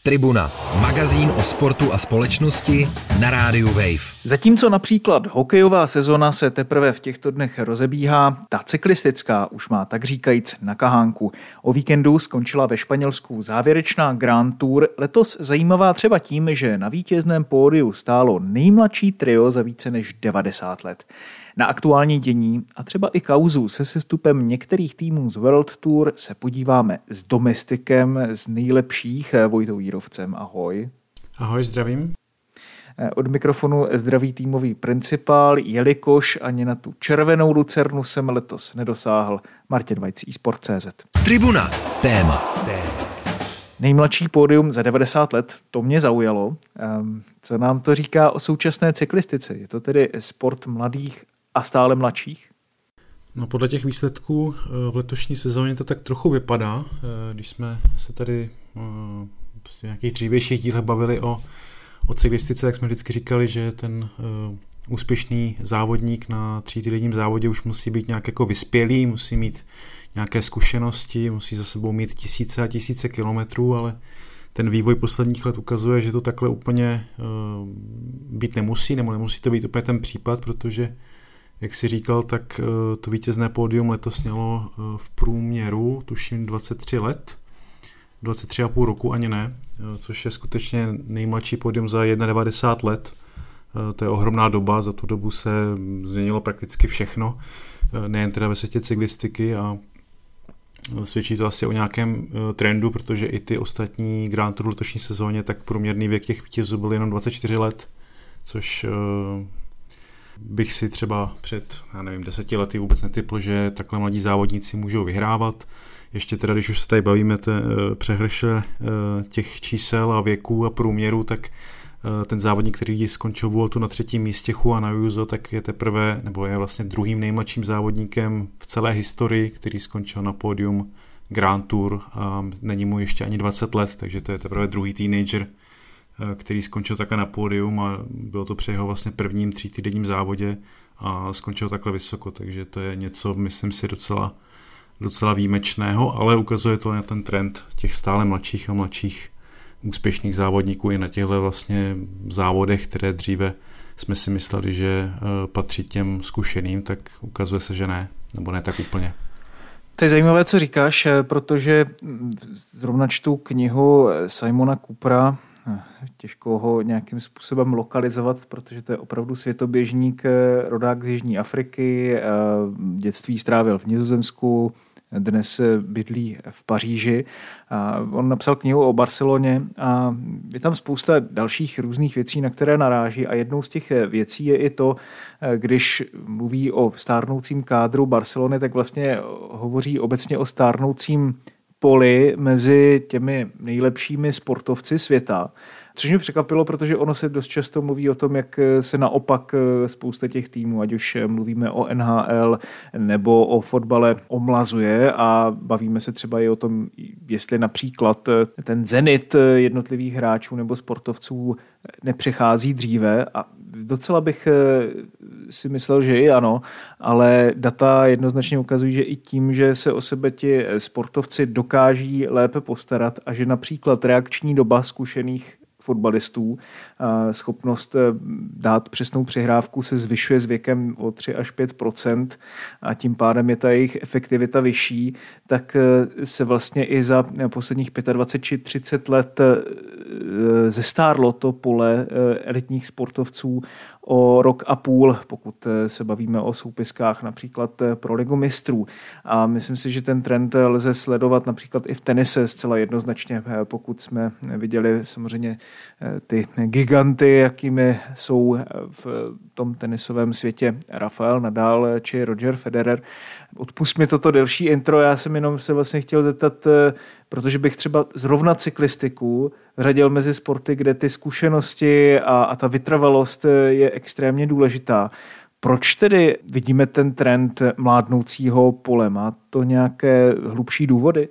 Tribuna, magazín o sportu a společnosti na rádiu Wave. Zatímco například hokejová sezona se teprve v těchto dnech rozebíhá, ta cyklistická už má tak říkajíc na kahánku. O víkendu skončila ve Španělsku závěrečná Grand Tour, letos zajímavá třeba tím, že na vítězném pódiu stálo nejmladší trio za více než 90 let. Na aktuální dění a třeba i kauzu se sestupem některých týmů z World Tour se podíváme s domestikem z nejlepších, Vojtou Jírovcem. Ahoj. Ahoj, zdravím. Od mikrofonu zdraví týmový principál, jelikož ani na tu červenou lucernu jsem letos nedosáhl. Martin Vajc, eSport.cz. Tribuna, téma. Nejmladší pódium za 90 let, to mě zaujalo. Co nám to říká o současné cyklistice? Je to tedy sport mladých a stále mladších? No podle těch výsledků v letošní sezóně to tak trochu vypadá. Když jsme se tady v nějakých dřívějších dílech bavili o cyklistice, tak jsme vždycky říkali, že ten úspěšný závodník na 3týdenním závodě už musí být nějak jako vyspělý, musí mít nějaké zkušenosti, musí za sebou mít tisíce a tisíce kilometrů, ale ten vývoj posledních let ukazuje, že to takhle úplně být nemusí, nebo nemusí to být úplně ten případ, protože jak jsi říkal, tak to vítězné pódium letos mělo v průměru, tuším 23 let, 23,5 roku ani ne, což je skutečně nejmladší pódium za 91 let. To je ohromná doba, za tu dobu se změnilo prakticky všechno, nejen teda ve světě cyklistiky a svědčí to asi o nějakém trendu, protože i ty ostatní Grand Tour v letošní sezóně, tak průměrný věk těch vítězů byl jenom 24 let, což bych si třeba před, 10 lety vůbec netypl, že takhle mladí závodníci můžou vyhrávat. Ještě teda, když už se tady bavíme přehrše těch čísel a věků a průměru, tak ten závodník, který skončil Vueltu na 3. místě, Juan Ayuso, tak je teprve, nebo je vlastně druhým nejmladším závodníkem v celé historii, který skončil na pódium Grand Tour a není mu ještě ani 20 let, takže to je teprve druhý teenager, který skončil takhle na pódium a bylo to při jeho vlastně prvním 3týdenním závodě a skončil takhle vysoko, takže to je něco, myslím si, docela výjimečného, ale ukazuje to na ten trend těch stále mladších a mladších úspěšných závodníků i na těchto vlastně závodech, které dříve jsme si mysleli, že patří těm zkušeným, tak ukazuje se, že ne, nebo ne tak úplně. To je zajímavé, co říkáš, protože zrovna čtu knihu Simona Coopera, těžko ho nějakým způsobem lokalizovat, protože to je opravdu světoběžník, rodák z Jižní Afriky, dětství strávil v Nizozemsku, dnes bydlí v Paříži. On napsal knihu o Barceloně a je tam spousta dalších různých věcí, na které naráží a jednou z těch věcí je i to, když mluví o stárnoucím kádru Barcelony, tak vlastně hovoří obecně o stárnoucím poli mezi těmi nejlepšími sportovci světa. Což mě překvapilo, protože ono se dost často mluví o tom, jak se naopak spousta těch týmů, ať už mluvíme o NHL nebo o fotbale, omlazuje a bavíme se třeba i o tom, jestli například ten zenit jednotlivých hráčů nebo sportovců nepřechází dříve a docela bych si myslel, že i ano, ale data jednoznačně ukazují, že i tím, že se o sebe ti sportovci dokáží lépe postarat a že například reakční doba zkušených fotbalistů, schopnost dát přesnou přihrávku se zvyšuje s věkem o 3 až 5% a tím pádem je ta jejich efektivita vyšší, tak se vlastně i za posledních 25 či 30 let zestárlo to pole elitních sportovců o rok a půl, pokud se bavíme o soupiskách například pro Ligu mistrů. A myslím si, že ten trend lze sledovat například i v tenise zcela jednoznačně, pokud jsme viděli samozřejmě ty giganty, jakými jsou v tom tenisovém světě Rafael Nadal či Roger Federer. Odpusť mi toto delší intro, já jsem jenom se vlastně chtěl zeptat, protože bych třeba zrovna cyklistiku řadil mezi sporty, kde ty zkušenosti a ta vytrvalost je extrémně důležitá. Proč tedy vidíme ten trend mládnoucího pole? Má to nějaké hlubší důvody?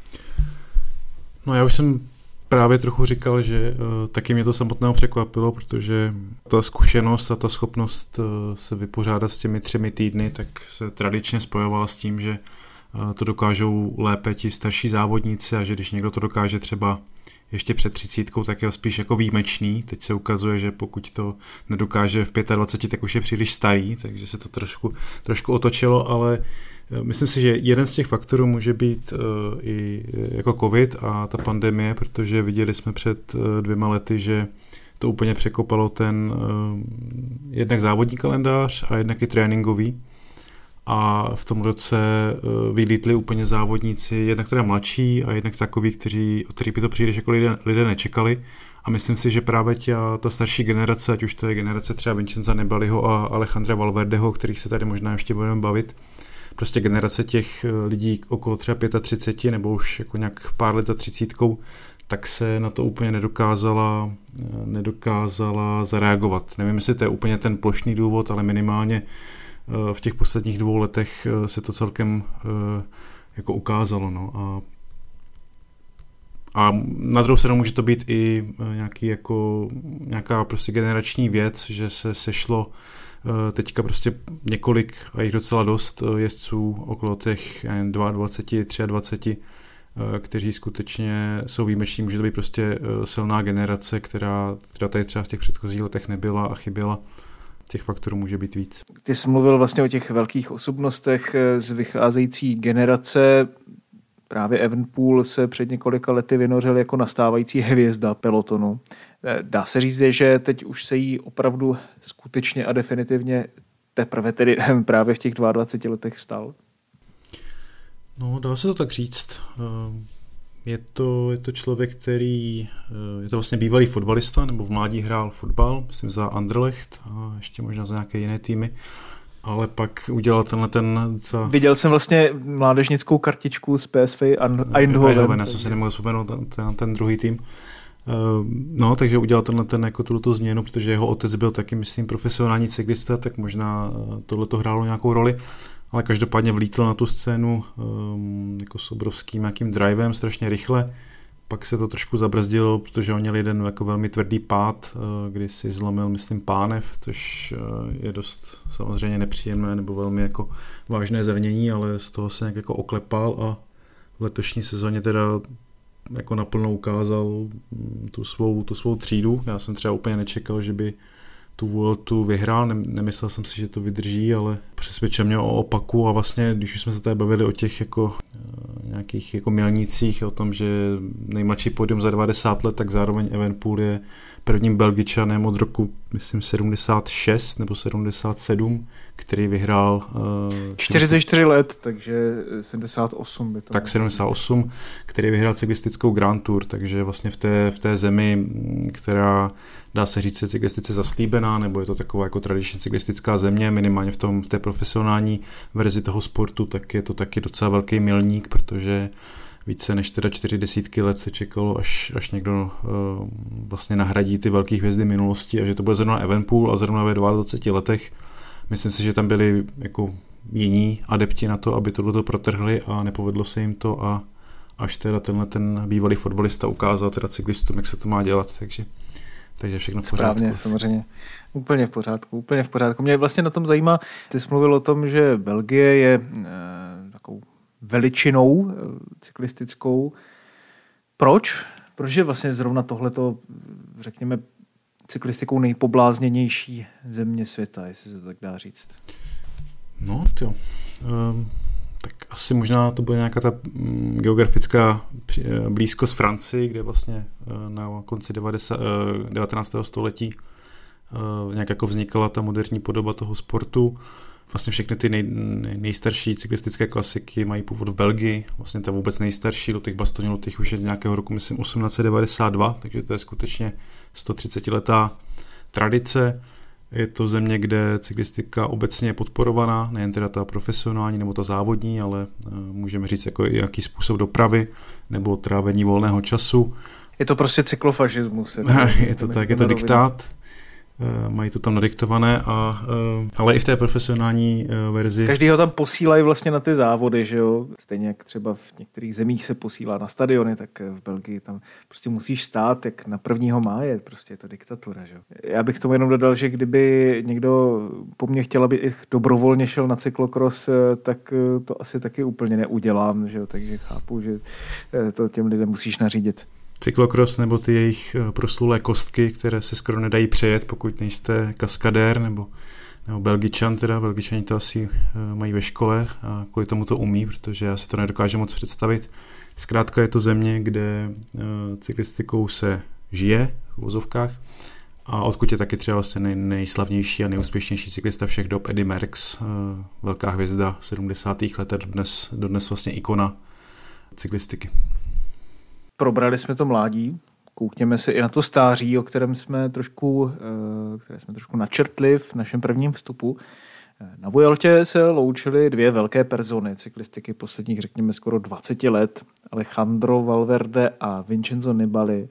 No já už jsem právě trochu říkal, že taky mě to samotného překvapilo, protože ta zkušenost a ta schopnost se vypořádat s těmi 3 týdny, tak se tradičně spojovala s tím, že to dokážou lépe ti starší závodníci a že když někdo to dokáže třeba ještě před 30, tak je spíš jako výjimečný. Teď se ukazuje, že pokud to nedokáže v 25, tak už je příliš starý, takže se to trošku otočilo, ale myslím si, že jeden z těch faktorů může být i jako covid a ta pandemie, protože viděli jsme před 2 lety, že to úplně překopalo ten jednak závodní kalendář a jednak i tréninkový. A v tom roce vylítli úplně závodníci, jednak teda mladší a jednak takový, od kterých by to příliš jako lidé nečekali. A myslím si, že právě ta starší generace, ať už to je generace třeba Vincenza Nibaliho a Alejandra Valverdeho, kterých se tady možná ještě budeme bavit, prostě generace těch lidí okolo třeba 35 nebo už jako nějak pár let za 30, tak se na to úplně nedokázala zareagovat. Nevím, jestli to je úplně ten plošný důvod, ale minimálně v těch posledních 2 letech se to celkem jako ukázalo. No. A na druhou stranu může to být i nějaká prostě generační věc, že se sešlo teďka prostě několik, a jich docela dost jezdců okolo těch 22, 23, kteří skutečně jsou výjimeční. Může to být prostě silná generace, která tady třeba v těch předchozích letech nebyla a chyběla. Těch faktorů může být víc. Ty jsi mluvil vlastně o těch velkých osobnostech z vycházející generace. Právě Evenepoel se před několika lety vynořil jako nastávající hvězda pelotonu. Dá se říct, že teď už se jí opravdu skutečně a definitivně teprve tedy právě v těch 22 letech stal? No, dá se to tak říct. Je to člověk, který je to vlastně bývalý fotbalista, nebo v mládí hrál fotbal, myslím za Anderlecht a ještě možná za nějaké jiné týmy, ale pak udělal Viděl jsem vlastně mládežnickou kartičku z PSV Eindhoven. Já jsem si nemohl vzpomenout ten druhý tým. No, takže udělal tuto změnu, protože jeho otec byl taky, myslím, profesionální cyklista, tak možná tohleto hrálo nějakou roli. Ale každopádně vlítl na tu scénu jako s obrovským nějakým drivem, strašně rychle. Pak se to trošku zabrzdilo, protože on měl jeden jako velmi tvrdý pád, kdy si zlomil, myslím, pánev, což je dost samozřejmě nepříjemné nebo velmi jako vážné zranění, ale z toho se nějak jako oklepal a v letošní sezóně teda jako naplno ukázal tu svou třídu. Já jsem třeba úplně nečekal, že by tu Vueltu vyhrál, nemyslel jsem si, že to vydrží, ale přesvědčil mě o opaku a vlastně, když už jsme se tady bavili o těch jako nějakých jako milnících, o tom, že nejmladší pódium za 90 let, tak zároveň Evenepoel je prvním Belgičanem od roku, myslím, 76 nebo 77, který vyhrál 44 let, takže 78 by to. Tak 78, který vyhrál cyklistickou Grand Tour, takže vlastně v té zemi, která dá se říct, je cyklistice zaslíbená, nebo je to taková jako tradiční cyklistická země, minimálně v té profesionální verzi toho sportu, tak je to taky docela velký milník, protože více než teda 40 let se čekalo, až někdo vlastně nahradí ty velké hvězdy minulosti a že to bude zrovna Evenepoel a zrovna ve 22 letech. Myslím si, že tam byli jako jiní adepti na to, aby tohleto protrhli a nepovedlo se jim to a až teda ten bývalý fotbalista ukázal teda cyklistům, jak se to má dělat, takže všechno v pořádku. Správně, samozřejmě. Úplně v pořádku. Mě vlastně na tom zajímá, ty jsi mluvil o tom, že Belgie je takovou veličinou cyklistickou. Proč? Proč je vlastně zrovna tohleto, řekněme, cyklistikou nejpoblázněnější země světa, jestli se to tak dá říct? No, tak asi možná to bude nějaká ta geografická blízkost Francii, kde vlastně na konci 19. století nějak jako vznikala ta moderní podoba toho sportu. Vlastně všechny ty nejstarší cyklistické klasiky mají původ v Belgii, vlastně ta vůbec nejstarší, Lutych Bastogne Lutych už je z nějakého roku, myslím, 1892, takže to je skutečně 130letá tradice. Je to země, kde cyklistika obecně je podporovaná, nejen teda ta profesionální nebo ta závodní, ale můžeme říct jako i jaký způsob dopravy nebo trávení volného času. Je to prostě cyklofašismus. Je to tak, je to diktát. mají to tam nadiktované, ale i v té profesionální verzi. Každý ho tam posílají vlastně na ty závody, že jo? Stejně jak třeba v některých zemích se posílá na stadiony, tak v Belgii tam prostě musíš stát jak na 1. máje, prostě je to diktatura, že jo? Já bych tomu jenom dodal, že kdyby někdo po mně chtěl, aby dobrovolně šel na cyklokros, tak to asi taky úplně neudělám, že jo? Takže chápu, že to těm lidem musíš nařídit. Cyklokros nebo ty jejich proslulé kostky, které se skoro nedají přejet, pokud nejste kaskadér nebo Belgičan, teda Belgičani to asi mají ve škole a kvůli tomu to umí, protože já si to nedokážu moc představit. Zkrátka je to země, kde cyklistikou se žije v uvozovkách a odkud je taky třeba vlastně nejslavnější a nejúspěšnější cyklista všech dob Eddy Merckx, velká hvězda 70. let a dodnes vlastně ikona cyklistiky. Probrali jsme to mládí, koukněme se i na to stáří, které jsme trošku načrtli v našem prvním vstupu. Na Vueltě se loučily 2 velké persony cyklistiky posledních, řekněme, skoro 20 let. Alejandro Valverde a Vincenzo Nibali.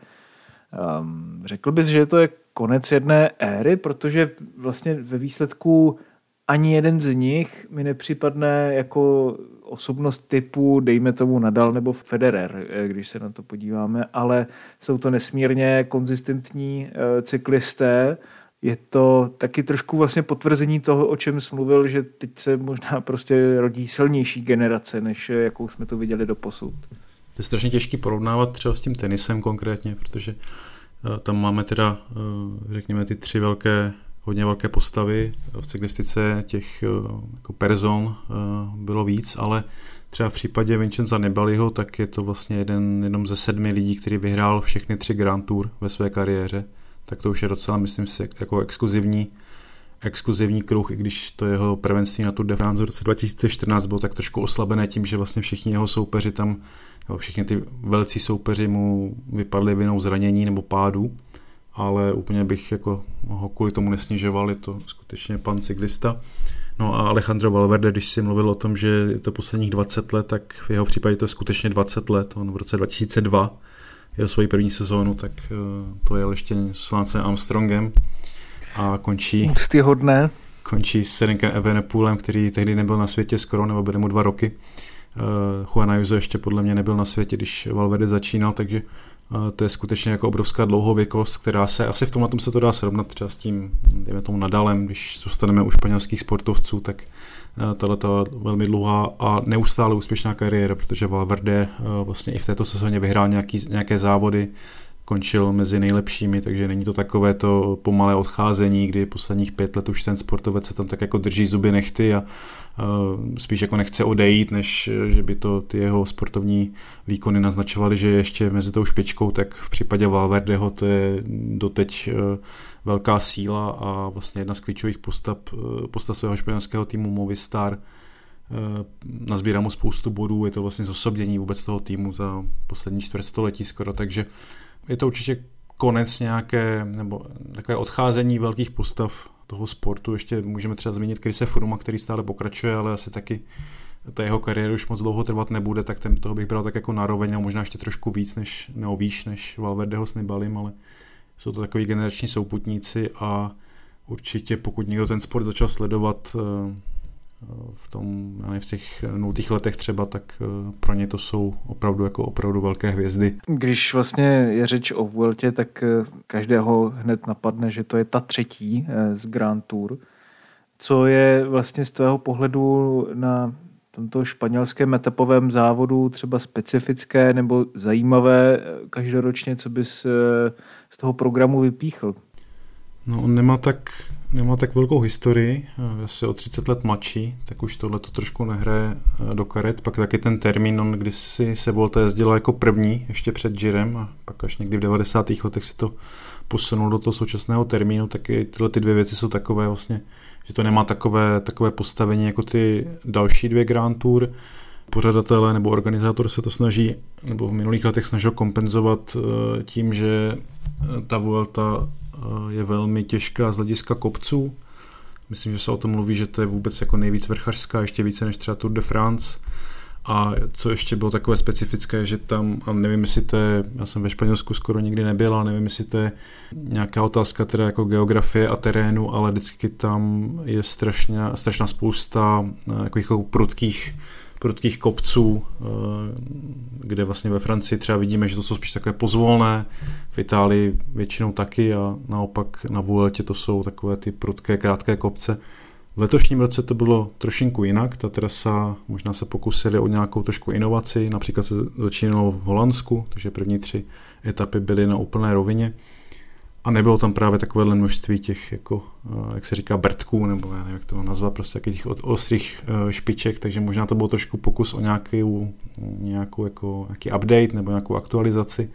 Řekl bys, že to je konec jedné éry, protože vlastně ve výsledku ani jeden z nich mi nepřipadne jako osobnost typu, dejme tomu Nadal nebo Federer, když se na to podíváme, ale jsou to nesmírně konzistentní cyklisté. Je to taky trošku vlastně potvrzení toho, o čem jsi mluvil, že teď se možná prostě rodí silnější generace, než jakou jsme to viděli doposud. To je strašně těžký porovnávat třeba s tím tenisem konkrétně, protože tam máme teda, řekněme, ty 3 hodně velké postavy. V cyklistice těch jako person bylo víc, ale třeba v případě Vincenza Nibaliho, tak je to vlastně jenom ze 7 lidí, který vyhrál všechny 3 Grand Tour ve své kariéře. Tak to už je docela, myslím si, jako exkluzivní kruh, i když to jeho prvenství na Tour de France v roce 2014 bylo tak trošku oslabené tím, že vlastně všichni jeho soupeři tam, všichni ty velcí soupeři mu vypadli vinou zranění nebo pádu, ale úplně bych jako ho kvůli tomu nesnižoval, je to skutečně pan cyklista. No a Alejandro Valverde, když si mluvil o tom, že je to posledních 20 let, tak v jeho případě to je skutečně 20 let. On v roce 2002 jeho svoji první sezónu, tak to jel ještě s Lancem Armstrongem a končí s Serenkem Evenepoelem, který tehdy nebyl na světě skoro, nebo bude mu 2 roky. Juan Ayuso ještě podle mě nebyl na světě, když Valverde začínal, takže to je skutečně jako obrovská dlouhověkost, která se, asi v tomhle se to dá srovnat třeba s tím, dejme tomu Nadalem, když zůstaneme u španělských sportovců, tak tato velmi dlouhá a neustále úspěšná kariéra, protože Valverde vlastně i v této sezóně vyhrál nějaké závody, končil mezi nejlepšími, takže není to takové to pomalé odcházení, kdy posledních 5 let už ten sportovec se tam tak jako drží zuby nehty a spíš jako nechce odejít, než že by to ty jeho sportovní výkony naznačovaly, že je ještě mezi tou špičkou, tak v případě Valverdeho to je doteď velká síla a vlastně jedna z klíčových postav svého španělského týmu Movistar. Nazbírá mu spoustu bodů, je to vlastně zosobnění vůbec toho týmu za poslední čtvrtstoletí skoro, takže je to určitě konec nějaké, nebo takové odcházení velkých postav toho sportu. Ještě můžeme třeba zmínit Chrise Frooma, který stále pokračuje, ale asi taky ta jeho kariéra už moc dlouho trvat nebude, tak toho bych bral tak jako naroveň, nebo možná ještě trošku víc, výš než Valverdeho s Nibalim, ale jsou to takový generační souputníci a určitě pokud někdo ten sport začal sledovat v těch 0. letech třeba, tak pro ně to jsou opravdu velké hvězdy. Když vlastně je řeč o Vueltě, tak každého hned napadne, že to je ta 3. z Grand Tour. Co je vlastně z tvého pohledu na tomto španělském etapovém závodu třeba specifické nebo zajímavé každoročně, co bys z toho programu vypíchl? No, on nemá tak velkou historii, asi o 30 let mladší, tak už tohle to trošku nehraje do karet. Pak taky ten termín, kdysi se Volta jezdila jako první, ještě před Girem, a pak až někdy v 90. letech si to posunul do toho současného termínu, tak i tyhle ty 2 věci jsou takové vlastně, že to nemá takové postavení jako ty další 2 Grand Tour. Pořadatelé nebo organizátor se to snaží, nebo v minulých letech snažil kompenzovat tím, že ta Vuelta je velmi těžká z hlediska kopců. Myslím, že se o tom mluví, že to je vůbec jako nejvíc vrchařská, ještě více než třeba Tour de France. A co ještě bylo takové specifické, že tam, a nevím, jestli to je, já jsem ve Španělsku skoro nikdy nebyl, ale nevím, jestli to je nějaká otázka teda jako geografie a terénu, ale vždycky tam je strašná spousta jako prudkých kopců, kde vlastně ve Francii třeba vidíme, že to jsou spíš takové pozvolné, v Itálii většinou taky a naopak na Vueltě to jsou takové ty prudké, krátké kopce. V letošním roce to bylo trošinku jinak, ta trasa možná se pokusili o nějakou trošku inovaci, například se začínalo v Holandsku, takže první 3 etapy byly na úplné rovině a nebylo tam právě takovéhle množství těch, jako, jak se říká, brtků, nebo já nevím, jak to nazvat, prostě těch ostrých špiček, takže možná to byl trošku pokus o nějaký update nebo nějakou aktualizaci.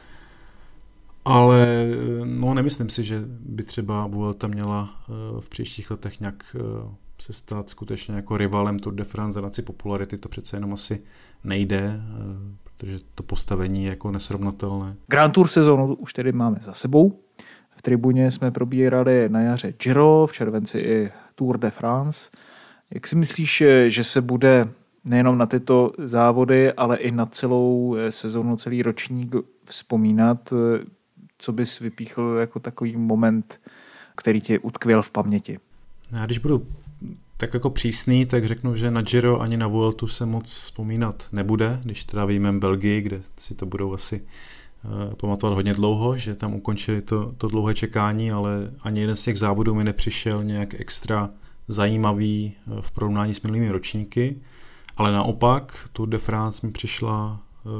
Ale no, nemyslím si, že by třeba Vuelta měla v příštích letech nějak se stát skutečně jako rivalem Tour de France. Za popularity to přece jenom asi nejde, protože to postavení je jako nesrovnatelné. Grand Tour sezónu už tedy máme za sebou. V tribuně jsme probírali na jaře Giro, v červenci i Tour de France. Jak si myslíš, že se bude nejenom na tyto závody, ale i na celou sezónu, celý ročník vzpomínat? Co bys vypíchl jako takový moment, který ti utkvěl v paměti? Já když budu tak jako přísný, tak řeknu, že na Giro ani na Vueltu se moc vzpomínat nebude, když teda vyjmeme Belgii, kde si to budou asi pamatovat hodně dlouho, že tam ukončili to dlouhé čekání, ale ani jeden z těch závodů mi nepřišel nějak extra zajímavý v porovnání s minulými ročníky, ale naopak Tour de France mi přišla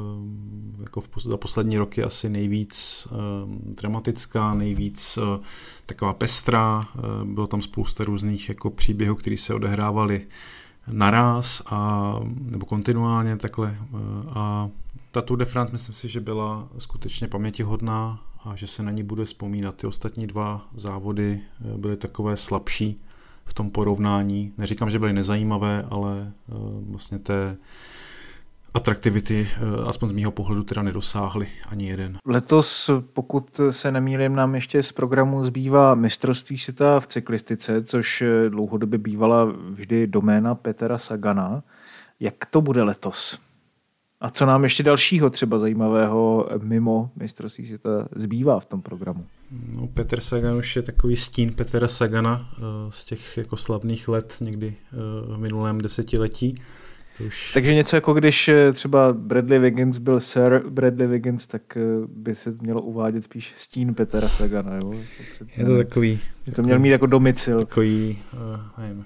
jako za poslední roky asi nejvíc dramatická, nejvíc taková pestrá, bylo tam spousta různých jako příběhů, které se odehrávaly naráz nebo kontinuálně takhle a ta Tour de France myslím si, že byla skutečně pamětihodná a že se na ní bude vzpomínat. Ty ostatní 2 závody byly takové slabší v tom porovnání. Neříkám, že byly nezajímavé, ale vlastně té atraktivity, aspoň z mýho pohledu, teda nedosáhli ani jeden. Letos, pokud se nemýlím, nám ještě z programu zbývá mistrovství světa v cyklistice, což dlouhodobě bývala vždy doména Petera Sagana. Jak to bude letos? A co nám ještě dalšího třeba zajímavého mimo mistrovství světa zbývá v tom programu? No, Peter Sagan už je takový stín Petera Sagana z těch jako slavných let někdy v minulém desetiletí. Takže něco jako když třeba Bradley Wiggins byl Sir Bradley Wiggins, tak by se mělo uvádět spíš stín Petera Sagana. Jo? Je to takový... Že to měl mít jako domicil. Takový, nevím,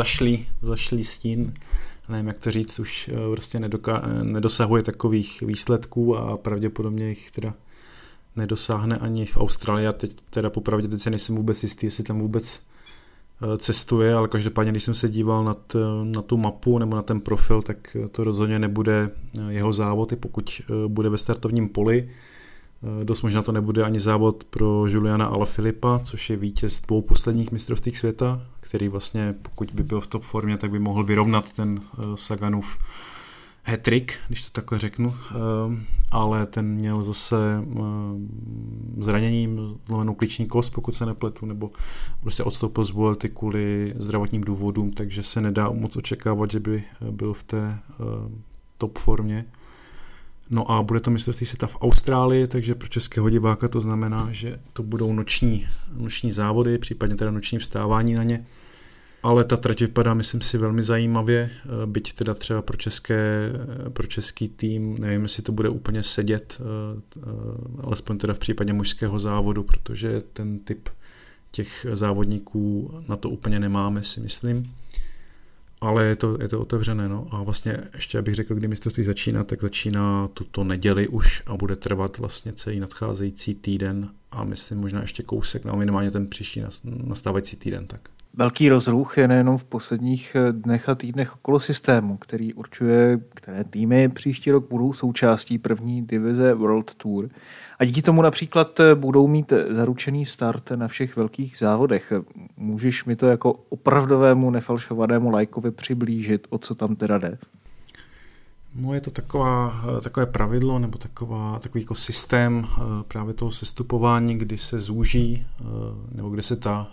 zašlý stín, nevím jak to říct, už prostě nedosahuje takových výsledků a pravděpodobně jich teda nedosáhne ani v Austrálii. A teď teda popravdě teď se nejsem vůbec jistý, jestli tam vůbec cestuje, ale každopádně, když jsem se díval na tu mapu nebo na ten profil, tak to rozhodně nebude jeho závod, i pokud bude ve startovním poli. Dost možná to nebude ani závod pro Juliana Alaphilippa, což je vítěz 2 posledních mistrovství světa, který vlastně, pokud by byl v top formě, tak by mohl vyrovnat ten Saganův hat-trick, když to takhle řeknu, ale ten měl zase zraněním zlomenou klíční kost, pokud se nepletu, nebo prostě odstoupil z Vuelty kvůli zdravotním důvodům, takže se nedá moc očekávat, že by byl v té top formě. No a bude to mistrovství světa v Austrálii, takže pro českého diváka to znamená, že to budou noční závody, případně teda noční vstávání na ně. Ale ta trať vypadá, myslím si, velmi zajímavě, byť teda třeba pro český tým, nevím, jestli to bude úplně sedět, alespoň teda v případě mužského závodu, protože ten typ těch závodníků na to úplně nemáme, si myslím. Ale je to otevřené, no. A vlastně ještě, abych řekl, kdy mistrovství začíná, tak začíná tuto neděli už a bude trvat vlastně celý nadcházející týden a myslím možná ještě kousek, no minimálně ten příští nastávající týden, tak. Velký rozruch je nejenom v posledních dnech a týdnech okolo systému, který určuje, které týmy příští rok budou součástí první divize World Tour. A díky tomu například budou mít zaručený start na všech velkých závodech. Můžeš mi to jako opravdovému nefalšovanému lajkovi přiblížit, o co tam teda jde? No je to takové pravidlo nebo takový jako systém právě toho sestupování, kdy se zúží, nebo kde se ta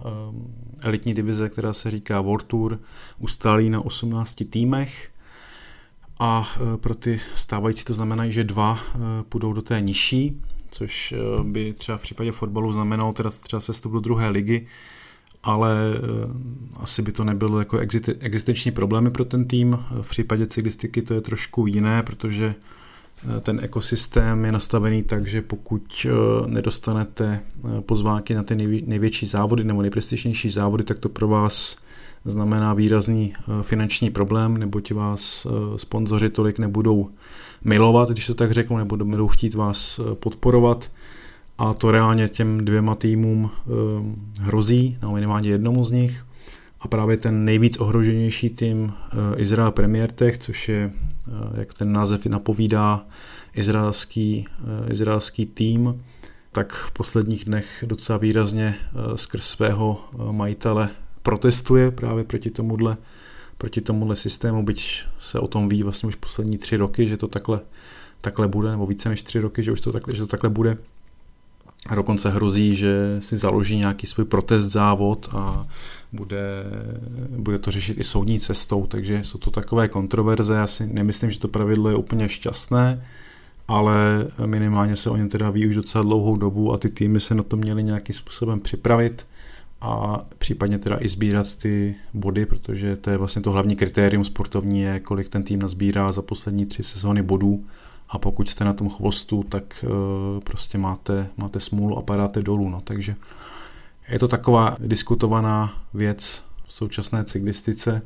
elitní divize, která se říká World Tour, ustálí na 18 týmech a pro ty stávající to znamená, že 2 půjdou do té nižší, což by třeba v případě fotbalu znamenalo teda třeba sestup do 2. ligy, ale asi by to nebylo jako existenční problémy pro ten tým. V případě cyklistiky to je trošku jiné, protože ten ekosystém je nastavený tak, že pokud nedostanete pozvánky na ty největší závody nebo nejprestižnější závody, tak to pro vás znamená výrazný finanční problém, neboť vás sponzoři tolik nebudou milovat, když to tak řeknu, nebo budou chtít vás podporovat. A to reálně těm 2 týmům hrozí, no minimálně jednomu z nich. A právě ten nejvíc ohroženější tým Israel Premier Tech, což je, jak ten název napovídá, izraelský tým, tak v posledních dnech docela výrazně skrz svého majitele protestuje právě proti tomuhle systému, byť se o tom ví vlastně už poslední 3 roky, že to takhle bude, nebo více než 3 roky, že to takhle bude. A dokonce hrozí, že si založí nějaký svůj protest závod a bude to řešit i soudní cestou, takže jsou to takové kontroverze. Já si nemyslím, že to pravidlo je úplně šťastné, ale minimálně se o něm teda ví už docela dlouhou dobu a ty týmy se na to měly nějakým způsobem připravit a případně teda i sbírat ty body, protože to je vlastně to hlavní kritérium sportovní, je, kolik ten tým nazbírá za poslední 3 sezóny bodů. A pokud jste na tom chvostu, tak prostě máte smůlu a padáte dolů. No. Takže je to taková diskutovaná věc v současné cyklistice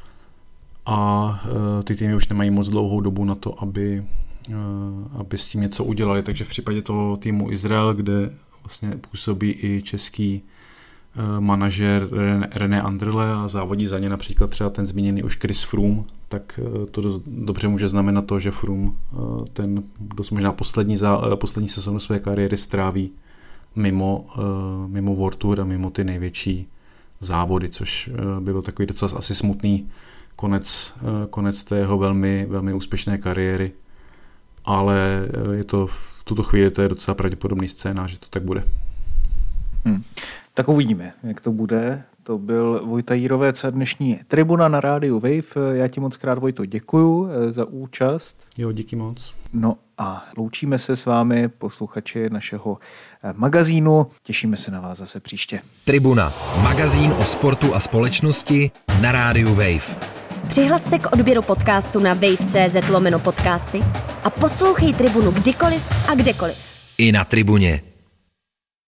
a ty týmy už nemají moc dlouhou dobu na to, aby s tím něco udělali. Takže v případě toho týmu Izrael, kde vlastně působí i český manažer René Anderle a závodí za ně například třeba ten zmíněný už Chris Froome, tak to dost dobře může znamenat to, že Froome ten dost možná poslední sezónu své kariéry stráví mimo World Tour a mimo ty největší závody, což by byl takový docela asi smutný konec té jeho velmi, velmi úspěšné kariéry, ale je to v tuto chvíli to je docela pravděpodobný scénář, že to tak bude. Tak uvidíme, jak to bude. To byl Vojta Jírovec a dnešní Tribuna na rádiu Wave. Já ti moc krát, Vojto, děkuju za účast. Jo, díky moc. No a loučíme se s vámi, posluchači našeho magazínu. Těšíme se na vás zase příště. Tribuna, magazín o sportu a společnosti na rádiu Wave. Přihlas se k odběru podcastu na wave.cz/podcasty a poslouchej Tribunu kdykoliv a kdekoliv. I na Tribuně.